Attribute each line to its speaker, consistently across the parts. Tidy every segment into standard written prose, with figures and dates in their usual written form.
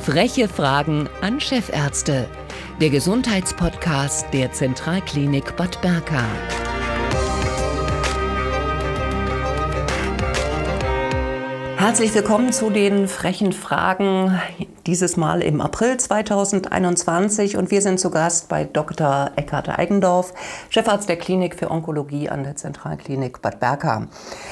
Speaker 1: Freche Fragen an Chefärzte. Der Gesundheitspodcast der Zentralklinik Bad Berka. Herzlich willkommen zu den frechen Fragen, dieses Mal im April 2021. Und wir sind zu Gast bei Dr. Eckhard Eigendorf, Chefarzt der Klinik für Onkologie an der Zentralklinik Bad Berka.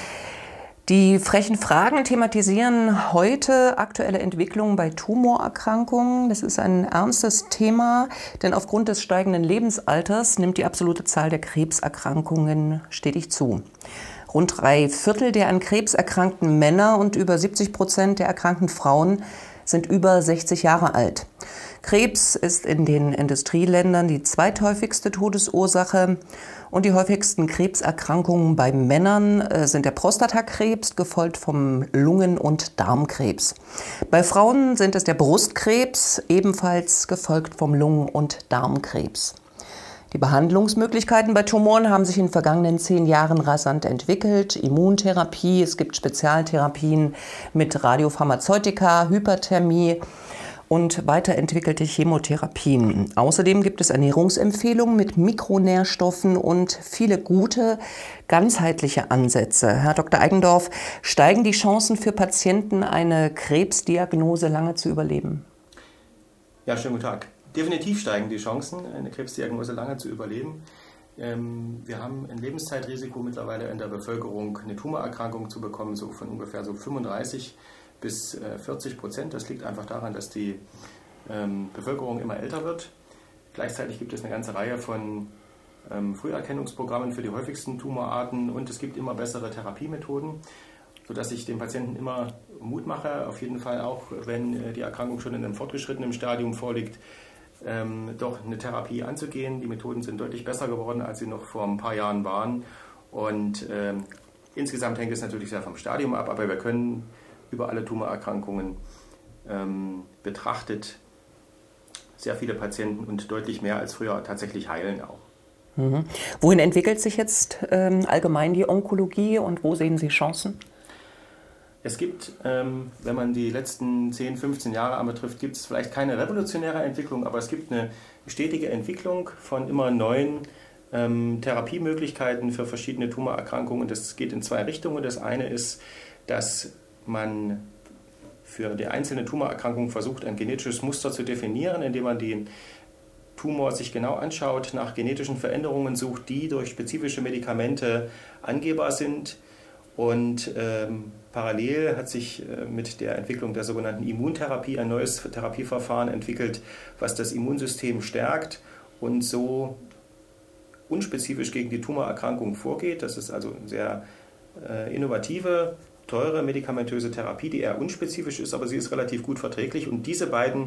Speaker 1: Die frechen Fragen thematisieren heute aktuelle Entwicklungen bei Tumorerkrankungen. Das ist ein ernstes Thema, denn aufgrund des steigenden Lebensalters nimmt die absolute Zahl der Krebserkrankungen stetig zu. Rund 3/4 der an Krebs erkrankten Männer und über 70% der erkrankten Frauen sind über 60 Jahre alt. Krebs ist in den Industrieländern die zweithäufigste Todesursache und die häufigsten Krebserkrankungen bei Männern sind der Prostatakrebs, gefolgt vom Lungen- und Darmkrebs. Bei Frauen sind es der Brustkrebs, ebenfalls gefolgt vom Lungen- und Darmkrebs. Die Behandlungsmöglichkeiten bei Tumoren haben sich in den vergangenen 10 Jahren rasant entwickelt. Immuntherapie, es gibt Spezialtherapien mit Radiopharmazeutika, Hyperthermie und weiterentwickelte Chemotherapien. Außerdem gibt es Ernährungsempfehlungen mit Mikronährstoffen und viele gute, ganzheitliche Ansätze. Herr Dr. Eigendorf, steigen die Chancen für Patienten, eine Krebsdiagnose lange zu überleben?
Speaker 2: Ja, schönen guten Tag. Definitiv steigen die Chancen, eine Krebsdiagnose lange zu überleben. Wir haben ein Lebenszeitrisiko mittlerweile in der Bevölkerung, eine Tumorerkrankung zu bekommen, so von ungefähr 35 bis 40%. Das liegt einfach daran, dass die Bevölkerung immer älter wird. Gleichzeitig gibt es eine ganze Reihe von Früherkennungsprogrammen für die häufigsten Tumorarten und es gibt immer bessere Therapiemethoden, sodass ich den Patienten immer Mut mache, auf jeden Fall auch, wenn die Erkrankung schon in einem fortgeschrittenen Stadium vorliegt, doch eine Therapie anzugehen. Die Methoden sind deutlich besser geworden, als sie noch vor ein paar Jahren waren. Und insgesamt hängt es natürlich sehr vom Stadium ab, aber wir können über alle Tumorerkrankungen betrachtet sehr viele Patienten und deutlich mehr als früher tatsächlich heilen auch.
Speaker 1: Mhm. Wohin entwickelt sich jetzt allgemein die Onkologie und wo sehen Sie Chancen?
Speaker 2: Es gibt, wenn man die letzten 10, 15 Jahre anbetrifft, gibt es vielleicht keine revolutionäre Entwicklung, aber es gibt eine stetige Entwicklung von immer neuen Therapiemöglichkeiten für verschiedene Tumorerkrankungen. Das geht in 2 Richtungen. Das eine ist, dass man für die einzelne Tumorerkrankung versucht, ein genetisches Muster zu definieren, indem man den Tumor sich genau anschaut, nach genetischen Veränderungen sucht, die durch spezifische Medikamente angehbar sind. Und parallel hat sich mit der Entwicklung der sogenannten Immuntherapie ein neues Therapieverfahren entwickelt, was das Immunsystem stärkt und so unspezifisch gegen die Tumorerkrankung vorgeht. Das ist also eine sehr innovative, teure medikamentöse Therapie, die eher unspezifisch ist, aber sie ist relativ gut verträglich. Und diese beiden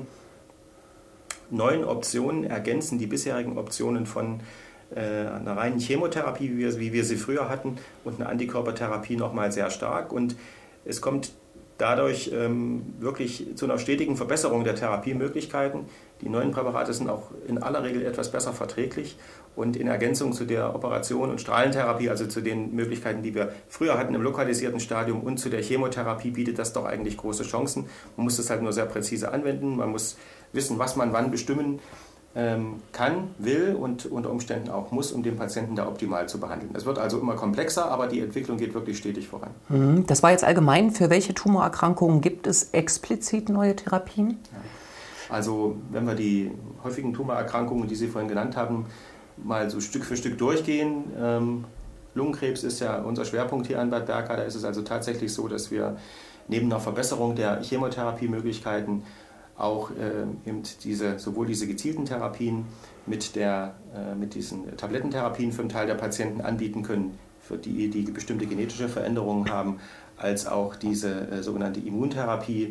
Speaker 2: neuen Optionen ergänzen die bisherigen Optionen von einer reinen Chemotherapie, wie wir sie früher hatten, und eine Antikörpertherapie nochmal sehr stark. Und es kommt dadurch wirklich zu einer stetigen Verbesserung der Therapiemöglichkeiten. Die neuen Präparate sind auch in aller Regel etwas besser verträglich. Und in Ergänzung zu der Operation und Strahlentherapie, also zu den Möglichkeiten, die wir früher hatten im lokalisierten Stadium, und zu der Chemotherapie, bietet das doch eigentlich große Chancen. Man muss es halt nur sehr präzise anwenden. Man muss wissen, was man wann bestimmen kann, will und unter Umständen auch muss, um den Patienten da optimal zu behandeln. Es wird also immer komplexer, aber die Entwicklung geht wirklich stetig voran.
Speaker 1: Das war jetzt allgemein. Für welche Tumorerkrankungen gibt es explizit neue Therapien?
Speaker 2: Also wenn wir die häufigen Tumorerkrankungen, die Sie vorhin genannt haben, mal so Stück für Stück durchgehen. Lungenkrebs ist ja unser Schwerpunkt hier an Bad Berka. Da ist es also tatsächlich so, dass wir neben einer Verbesserung der Chemotherapiemöglichkeiten auch eben sowohl diese gezielten Therapien mit diesen Tablettentherapien für einen Teil der Patienten anbieten können, für die bestimmte genetische Veränderungen haben, als auch diese sogenannte Immuntherapie.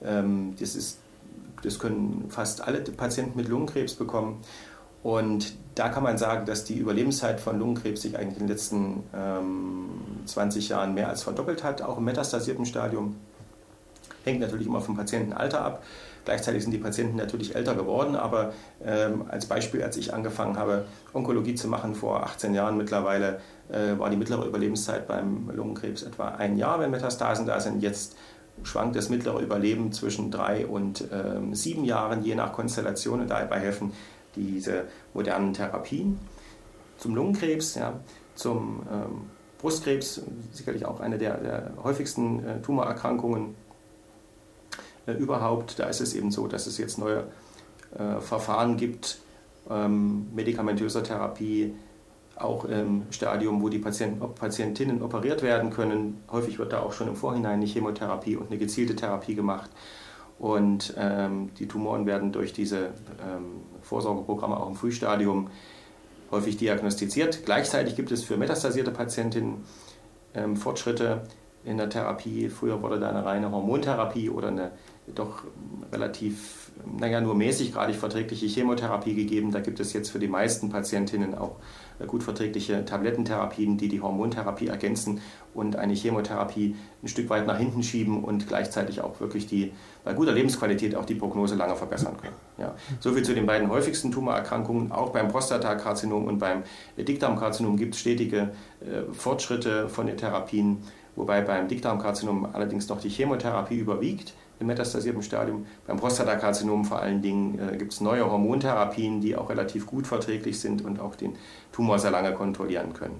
Speaker 2: Das können fast alle Patienten mit Lungenkrebs bekommen. Und da kann man sagen, dass die Überlebenszeit von Lungenkrebs sich eigentlich in den letzten 20 Jahren mehr als verdoppelt hat, auch im metastasierten Stadium. Hängt natürlich immer vom Patientenalter ab. Gleichzeitig sind die Patienten natürlich älter geworden, aber als Beispiel, als ich angefangen habe, Onkologie zu machen vor 18 Jahren mittlerweile, war die mittlere Überlebenszeit beim Lungenkrebs etwa 1 Jahr, wenn Metastasen da sind. Jetzt schwankt das mittlere Überleben zwischen 3 und 7 Jahren, je nach Konstellation. Und dabei helfen diese modernen Therapien. Zum Lungenkrebs, ja, zum Brustkrebs, sicherlich auch eine der häufigsten Tumorerkrankungen überhaupt. Da ist es eben so, dass es jetzt neue Verfahren gibt, medikamentöser Therapie, auch im Stadium, wo die Patientinnen operiert werden können. Häufig wird da auch schon im Vorhinein eine Chemotherapie und eine gezielte Therapie gemacht. Und die Tumoren werden durch diese Vorsorgeprogramme auch im Frühstadium häufig diagnostiziert. Gleichzeitig gibt es für metastasierte Patientinnen Fortschritte in der Therapie. Früher wurde da eine reine Hormontherapie oder eine doch relativ, nur mäßiggradig verträgliche Chemotherapie gegeben. Da gibt es jetzt für die meisten Patientinnen auch gut verträgliche Tablettentherapien, die die Hormontherapie ergänzen und eine Chemotherapie ein Stück weit nach hinten schieben und gleichzeitig auch wirklich bei guter Lebensqualität auch die Prognose lange verbessern können. Ja. Soviel zu den beiden häufigsten Tumorerkrankungen. Auch beim Prostatakarzinom und beim Dickdarmkarzinom gibt es stetige Fortschritte von den Therapien, wobei beim Dickdarmkarzinom allerdings noch die Chemotherapie überwiegt im metastasierten Stadium. Beim Prostatakarzinom vor allen Dingen gibt es neue Hormontherapien, die auch relativ gut verträglich sind und auch den Tumor sehr lange kontrollieren können.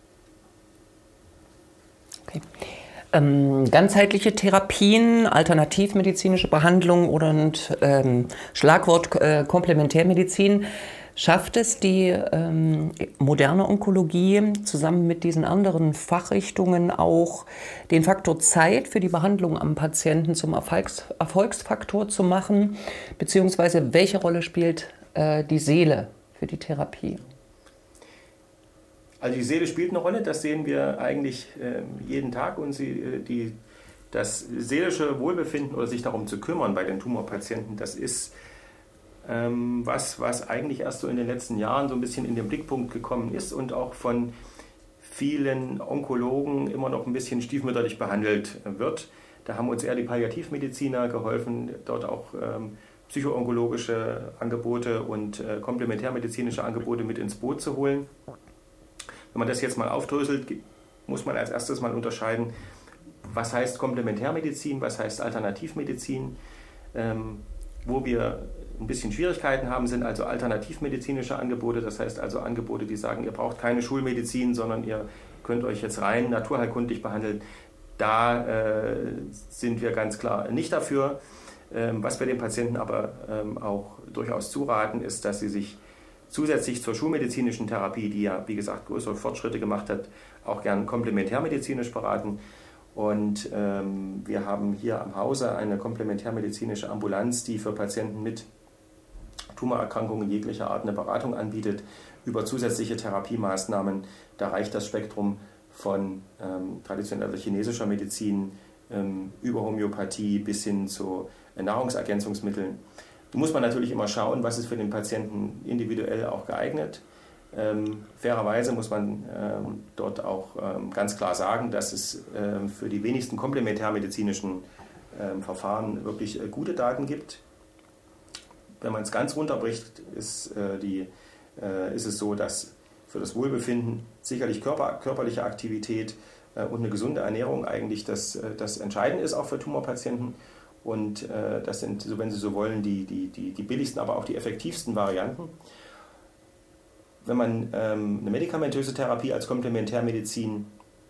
Speaker 1: Okay. Ganzheitliche Therapien, alternativmedizinische Behandlung oder Schlagwort Komplementärmedizin. Schafft es die moderne Onkologie zusammen mit diesen anderen Fachrichtungen auch, den Faktor Zeit für die Behandlung am Patienten zum Erfolgsfaktor zu machen? Beziehungsweise welche Rolle spielt die Seele für die Therapie?
Speaker 2: Also die Seele spielt eine Rolle, das sehen wir eigentlich jeden Tag. Und das seelische Wohlbefinden oder sich darum zu kümmern bei den Tumorpatienten, das ist was eigentlich erst so in den letzten Jahren so ein bisschen in den Blickpunkt gekommen ist und auch von vielen Onkologen immer noch ein bisschen stiefmütterlich behandelt wird. Da haben uns eher die Palliativmediziner geholfen, dort auch psychoonkologische Angebote und komplementärmedizinische Angebote mit ins Boot zu holen. Wenn man das jetzt mal aufdröselt, muss man als erstes mal unterscheiden, was heißt Komplementärmedizin, was heißt Alternativmedizin. Wo wir ein bisschen Schwierigkeiten haben, sind also alternativmedizinische Angebote, das heißt also Angebote, die sagen, ihr braucht keine Schulmedizin, sondern ihr könnt euch jetzt rein naturheilkundlich behandeln. Da sind wir ganz klar nicht dafür. Was wir den Patienten aber auch durchaus zuraten, ist, dass sie sich zusätzlich zur schulmedizinischen Therapie, die ja, wie gesagt, größere Fortschritte gemacht hat, auch gern komplementärmedizinisch beraten. Und wir haben hier am Hause eine komplementärmedizinische Ambulanz, die für Patienten mit Tumorerkrankungen jeglicher Art eine Beratung anbietet über zusätzliche Therapiemaßnahmen. Da reicht das Spektrum von traditioneller chinesischer Medizin über Homöopathie bis hin zu Nahrungsergänzungsmitteln. Da muss man natürlich immer schauen, was ist für den Patienten individuell auch geeignet. Fairerweise muss man dort auch ganz klar sagen, dass es für die wenigsten komplementärmedizinischen Verfahren wirklich gute Daten gibt. Wenn man es ganz runterbricht, ist es so, dass für das Wohlbefinden sicherlich körperliche Aktivität und eine gesunde Ernährung eigentlich das Entscheidende ist, auch für Tumorpatienten. Und das sind, so wenn Sie so wollen, die billigsten, aber auch die effektivsten Varianten. Wenn man eine medikamentöse Therapie als Komplementärmedizin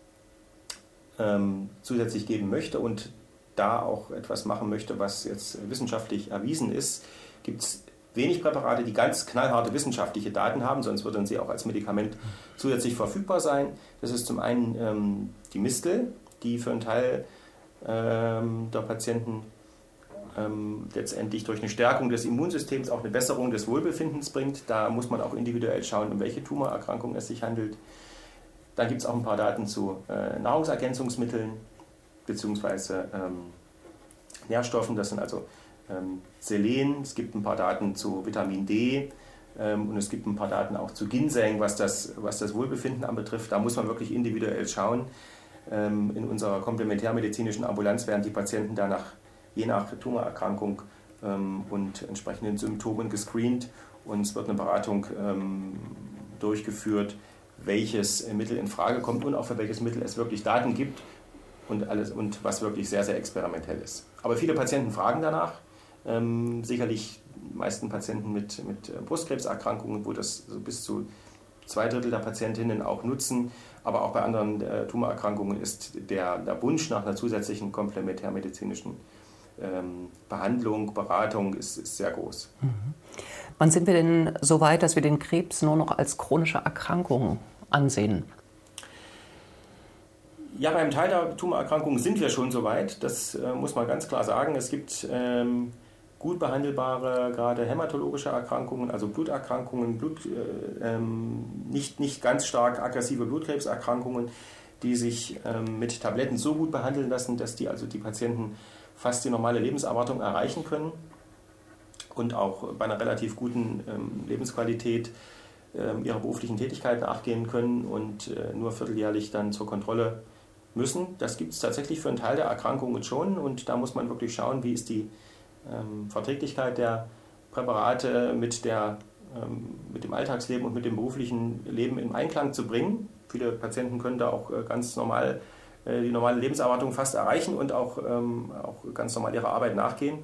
Speaker 2: zusätzlich geben möchte und da auch etwas machen möchte, was jetzt wissenschaftlich erwiesen ist, gibt es wenig Präparate, die ganz knallharte wissenschaftliche Daten haben, sonst würden sie auch als Medikament zusätzlich verfügbar sein. Das ist zum einen die Mistel, die für einen Teil der Patienten letztendlich durch eine Stärkung des Immunsystems auch eine Besserung des Wohlbefindens bringt. Da muss man auch individuell schauen, um welche Tumorerkrankung es sich handelt. Dann gibt es auch ein paar Daten zu Nahrungsergänzungsmitteln bzw. Nährstoffen. Das sind also Selen. Es gibt ein paar Daten zu Vitamin D und es gibt ein paar Daten auch zu Ginseng, was das Wohlbefinden anbetrifft. Da muss man wirklich individuell schauen. In unserer komplementärmedizinischen Ambulanz werden die Patienten danach je nach Tumorerkrankung und entsprechenden Symptomen gescreent und es wird eine Beratung durchgeführt, welches Mittel in Frage kommt und auch für welches Mittel es wirklich Daten gibt und alles und was wirklich sehr, sehr experimentell ist. Aber viele Patienten fragen danach. Sicherlich die meisten Patienten mit Brustkrebserkrankungen, wo das so bis zu 2/3 der Patientinnen auch nutzen. Aber auch bei anderen Tumorerkrankungen ist der Wunsch nach einer zusätzlichen komplementärmedizinischen Behandlung, Beratung ist sehr groß.
Speaker 1: Mhm. Wann sind wir denn so weit, dass wir den Krebs nur noch als chronische Erkrankung ansehen?
Speaker 2: Ja, beim Teil der Tumorerkrankungen sind wir schon so weit. Das muss man ganz klar sagen. Es gibt gut behandelbare, gerade hämatologische Erkrankungen, also Bluterkrankungen, nicht ganz stark aggressive Blutkrebserkrankungen, die sich mit Tabletten so gut behandeln lassen, dass die Patienten fast die normale Lebenserwartung erreichen können und auch bei einer relativ guten Lebensqualität ihrer beruflichen Tätigkeit nachgehen können und nur vierteljährlich dann zur Kontrolle müssen. Das gibt es tatsächlich für einen Teil der Erkrankungen schon und da muss man wirklich schauen, wie ist die Verträglichkeit der Präparate mit dem Alltagsleben und mit dem beruflichen Leben in Einklang zu bringen. Viele Patienten können da auch ganz normal die normale Lebenserwartung fast erreichen und auch ganz normal ihrer Arbeit nachgehen.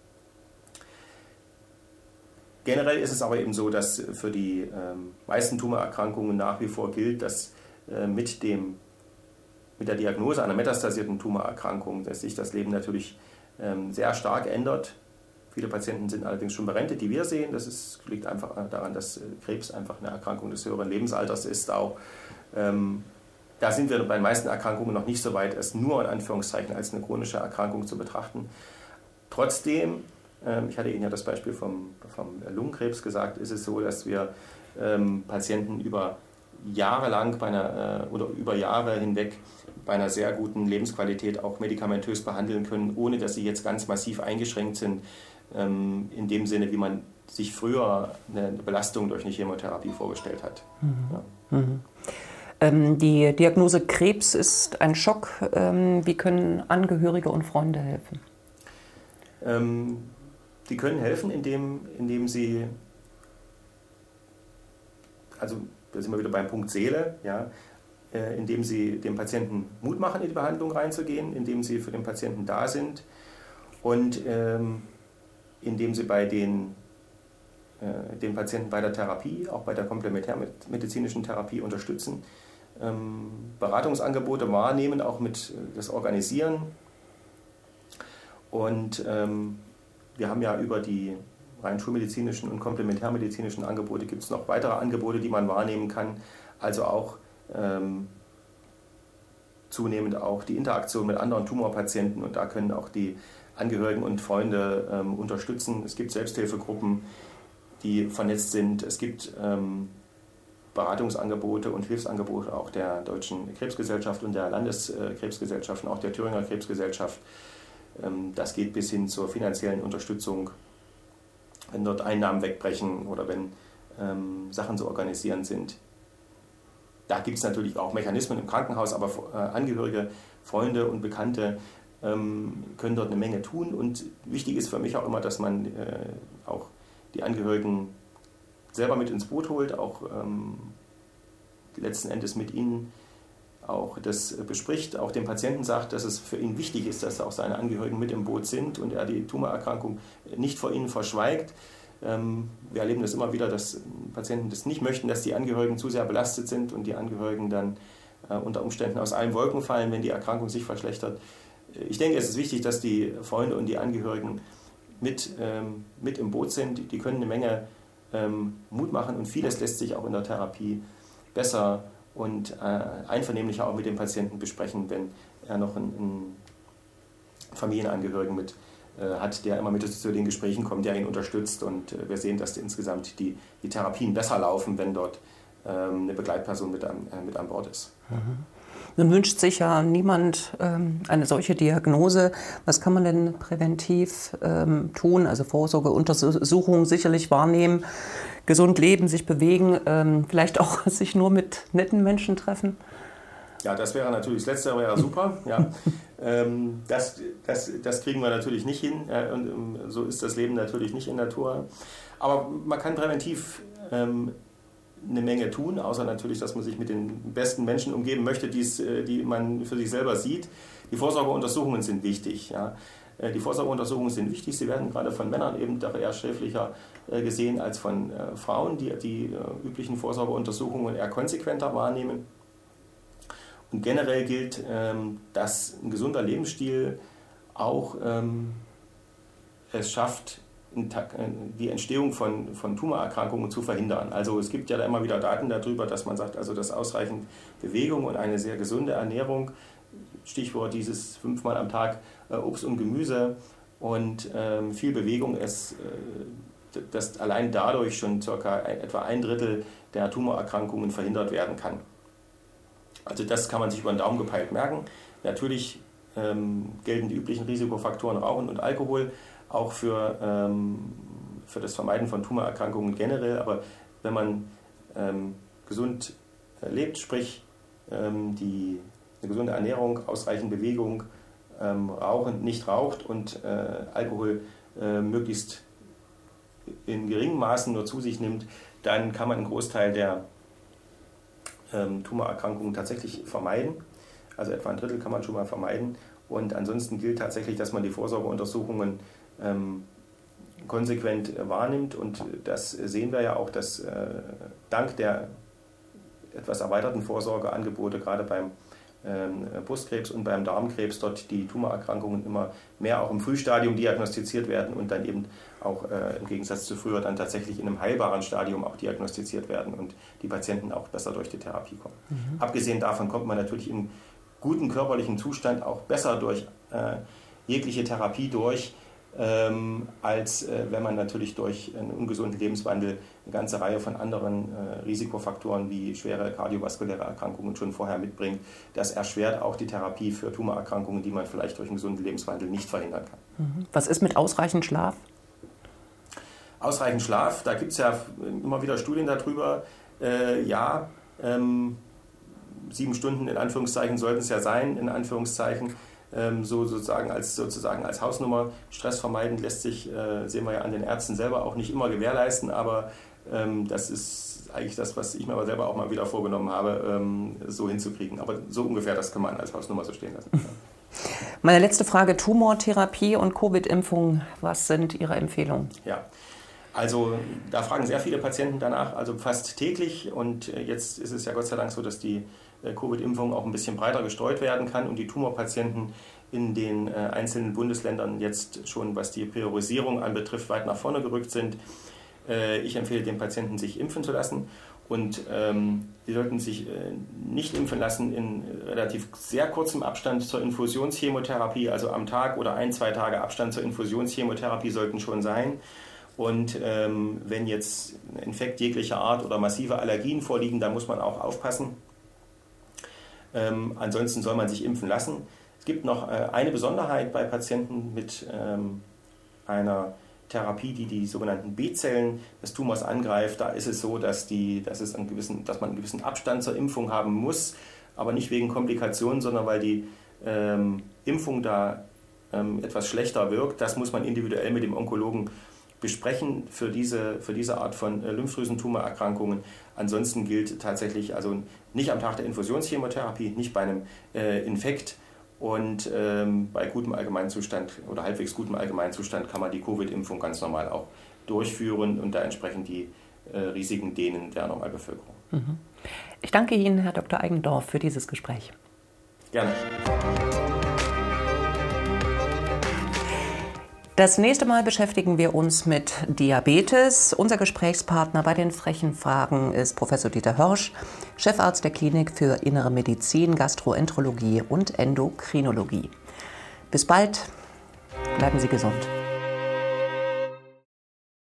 Speaker 2: Generell ist es aber eben so, dass für die meisten Tumorerkrankungen nach wie vor gilt, dass mit der Diagnose einer metastasierten Tumorerkrankung, dass sich das Leben natürlich sehr stark ändert. Viele Patienten sind allerdings schon berentet, die wir sehen. Das liegt einfach daran, dass Krebs einfach eine Erkrankung des höheren Lebensalters ist. Auch da sind wir bei den meisten Erkrankungen noch nicht so weit, es nur in Anführungszeichen als eine chronische Erkrankung zu betrachten. Trotzdem, ich hatte Ihnen ja das Beispiel vom Lungenkrebs gesagt, ist es so, dass wir Patienten über Jahre hinweg bei einer sehr guten Lebensqualität auch medikamentös behandeln können, ohne dass sie jetzt ganz massiv eingeschränkt sind, in dem Sinne, wie man sich früher eine Belastung durch eine Chemotherapie vorgestellt hat.
Speaker 1: Mhm. Ja. Mhm. Die Diagnose Krebs ist ein Schock. Wie können Angehörige und Freunde helfen?
Speaker 2: Die können helfen, indem sie, also da sind wir wieder beim Punkt Seele, ja, indem sie dem Patienten Mut machen, in die Behandlung reinzugehen, indem sie für den Patienten da sind und indem sie den Patienten bei der Therapie, auch bei der komplementärmedizinischen Therapie unterstützen, Beratungsangebote wahrnehmen, auch mit das Organisieren. Und wir haben ja über die rein schulmedizinischen und komplementärmedizinischen Angebote gibt es noch weitere Angebote, die man wahrnehmen kann, also auch zunehmend auch die Interaktion mit anderen Tumorpatienten und da können auch die Angehörigen und Freunde unterstützen. Es gibt Selbsthilfegruppen, die vernetzt sind. Es gibt Beratungsangebote und Hilfsangebote auch der Deutschen Krebsgesellschaft und der Landeskrebsgesellschaft und auch der Thüringer Krebsgesellschaft. Das geht bis hin zur finanziellen Unterstützung, wenn dort Einnahmen wegbrechen oder wenn Sachen zu organisieren sind. Da gibt es natürlich auch Mechanismen im Krankenhaus, aber Angehörige, Freunde und Bekannte können dort eine Menge tun. Und wichtig ist für mich auch immer, dass man auch die Angehörigen selber mit ins Boot holt, auch letzten Endes mit ihnen auch das bespricht, auch dem Patienten sagt, dass es für ihn wichtig ist, dass auch seine Angehörigen mit im Boot sind und er die Tumorerkrankung nicht vor ihnen verschweigt. Wir erleben das immer wieder, dass Patienten das nicht möchten, dass die Angehörigen zu sehr belastet sind und die Angehörigen dann unter Umständen aus allen Wolken fallen, wenn die Erkrankung sich verschlechtert. Ich denke, es ist wichtig, dass die Freunde und die Angehörigen mit im Boot sind. Die können eine Menge Mut machen und vieles lässt sich auch in der Therapie besser und einvernehmlicher auch mit dem Patienten besprechen, wenn er noch einen Familienangehörigen mit hat, der immer mit zu den Gesprächen kommt, der ihn unterstützt und wir sehen, dass insgesamt die Therapien besser laufen, wenn dort eine Begleitperson mit an Bord ist.
Speaker 1: Mhm. Nun wünscht sich ja niemand eine solche Diagnose. Was kann man denn präventiv tun? Also Vorsorgeuntersuchungen sicherlich wahrnehmen, gesund leben, sich bewegen, vielleicht auch sich nur mit netten Menschen treffen?
Speaker 2: Ja, das wäre natürlich, das Letzte wäre super. Ja. Das kriegen wir natürlich nicht hin. Und so ist das Leben natürlich nicht in Natur. Aber man kann präventiv eine Menge tun, außer natürlich, dass man sich mit den besten Menschen umgeben möchte, die man für sich selber sieht. Die Vorsorgeuntersuchungen sind wichtig. Ja. Die Vorsorgeuntersuchungen sind wichtig. Sie werden gerade von Männern eben doch eher sträflicher gesehen als von Frauen, die üblichen Vorsorgeuntersuchungen eher konsequenter wahrnehmen. Und generell gilt, dass ein gesunder Lebensstil auch es schafft, die Entstehung von Tumorerkrankungen zu verhindern. Also es gibt ja da immer wieder Daten darüber, dass man sagt, also dass ausreichend Bewegung und eine sehr gesunde Ernährung, Stichwort dieses 5-mal am Tag Obst und Gemüse und viel Bewegung, dass allein dadurch schon etwa 1/3 der Tumorerkrankungen verhindert werden kann. Also das kann man sich über den Daumen gepeilt merken. Natürlich gelten die üblichen Risikofaktoren Rauchen und Alkohol auch für das Vermeiden von Tumorerkrankungen generell. Aber wenn man gesund lebt, sprich eine gesunde Ernährung, ausreichend Bewegung, nicht raucht und Alkohol möglichst in geringen Maßen nur zu sich nimmt, dann kann man einen Großteil der Tumorerkrankungen tatsächlich vermeiden. Also etwa 1/3 kann man schon mal vermeiden. Und ansonsten gilt tatsächlich, dass man die Vorsorgeuntersuchungen konsequent wahrnimmt. Und das sehen wir ja auch, dass dank der etwas erweiterten Vorsorgeangebote, gerade beim Brustkrebs und beim Darmkrebs, dort die Tumorerkrankungen immer mehr auch im Frühstadium diagnostiziert werden und dann eben auch im Gegensatz zu früher dann tatsächlich in einem heilbaren Stadium auch diagnostiziert werden und die Patienten auch besser durch die Therapie kommen. Mhm. Abgesehen davon kommt man natürlich im guten körperlichen Zustand auch besser durch jegliche Therapie durch, als wenn man natürlich durch einen ungesunden Lebenswandel eine ganze Reihe von anderen Risikofaktoren wie schwere kardiovaskuläre Erkrankungen schon vorher mitbringt. Das erschwert auch die Therapie für Tumorerkrankungen, die man vielleicht durch einen gesunden Lebenswandel nicht verhindern kann.
Speaker 1: Was ist mit ausreichend Schlaf?
Speaker 2: Ausreichend Schlaf, da gibt es ja immer wieder Studien darüber. 7 Stunden in Anführungszeichen sollten es ja sein, in Anführungszeichen. Sozusagen als Hausnummer. Stress vermeiden lässt sich, sehen wir ja an den Ärzten selber, auch nicht immer gewährleisten, aber das ist eigentlich das, was ich mir aber selber auch mal wieder vorgenommen habe, so hinzukriegen. Aber so ungefähr, das kann man als Hausnummer so stehen lassen.
Speaker 1: Meine letzte Frage, Tumortherapie und Covid-Impfung, was sind Ihre Empfehlungen?
Speaker 2: Ja, also da fragen sehr viele Patienten danach, also fast täglich, und jetzt ist es ja Gott sei Dank so, dass die Covid-Impfung auch ein bisschen breiter gestreut werden kann und die Tumorpatienten in den einzelnen Bundesländern jetzt schon, was die Priorisierung anbetrifft, weit nach vorne gerückt sind. Ich empfehle den Patienten, sich impfen zu lassen, und sie sollten sich nicht impfen lassen in relativ sehr kurzem Abstand zur Infusionschemotherapie, also am Tag oder 1-2 Tage Abstand zur Infusionschemotherapie sollten schon sein. Und wenn jetzt ein Infekt jeglicher Art oder massive Allergien vorliegen, dann muss man auch aufpassen. Ansonsten soll man sich impfen lassen. Es gibt noch eine Besonderheit bei Patienten mit einer Therapie, die die sogenannten B-Zellen des Tumors angreift. Da ist es so, dass man einen gewissen Abstand zur Impfung haben muss, aber nicht wegen Komplikationen, sondern weil die Impfung da etwas schlechter wirkt. Das muss man individuell mit dem Onkologen besprechen für diese Art von Lymphdrüsentumorerkrankungen. Ansonsten gilt tatsächlich, also nicht am Tag der Infusionschemotherapie, nicht bei einem Infekt, und bei gutem Allgemeinzustand oder halbwegs gutem Allgemeinzustand kann man die Covid-Impfung ganz normal auch durchführen und da entsprechend die Risiken denen der Normalbevölkerung.
Speaker 1: Ich danke Ihnen, Herr Dr. Eigendorf, für dieses Gespräch.
Speaker 2: Gerne.
Speaker 1: Das nächste Mal beschäftigen wir uns mit Diabetes. Unser Gesprächspartner bei den frechen Fragen ist Professor Dieter Hörsch, Chefarzt der Klinik für Innere Medizin, Gastroenterologie und Endokrinologie. Bis bald, bleiben Sie gesund.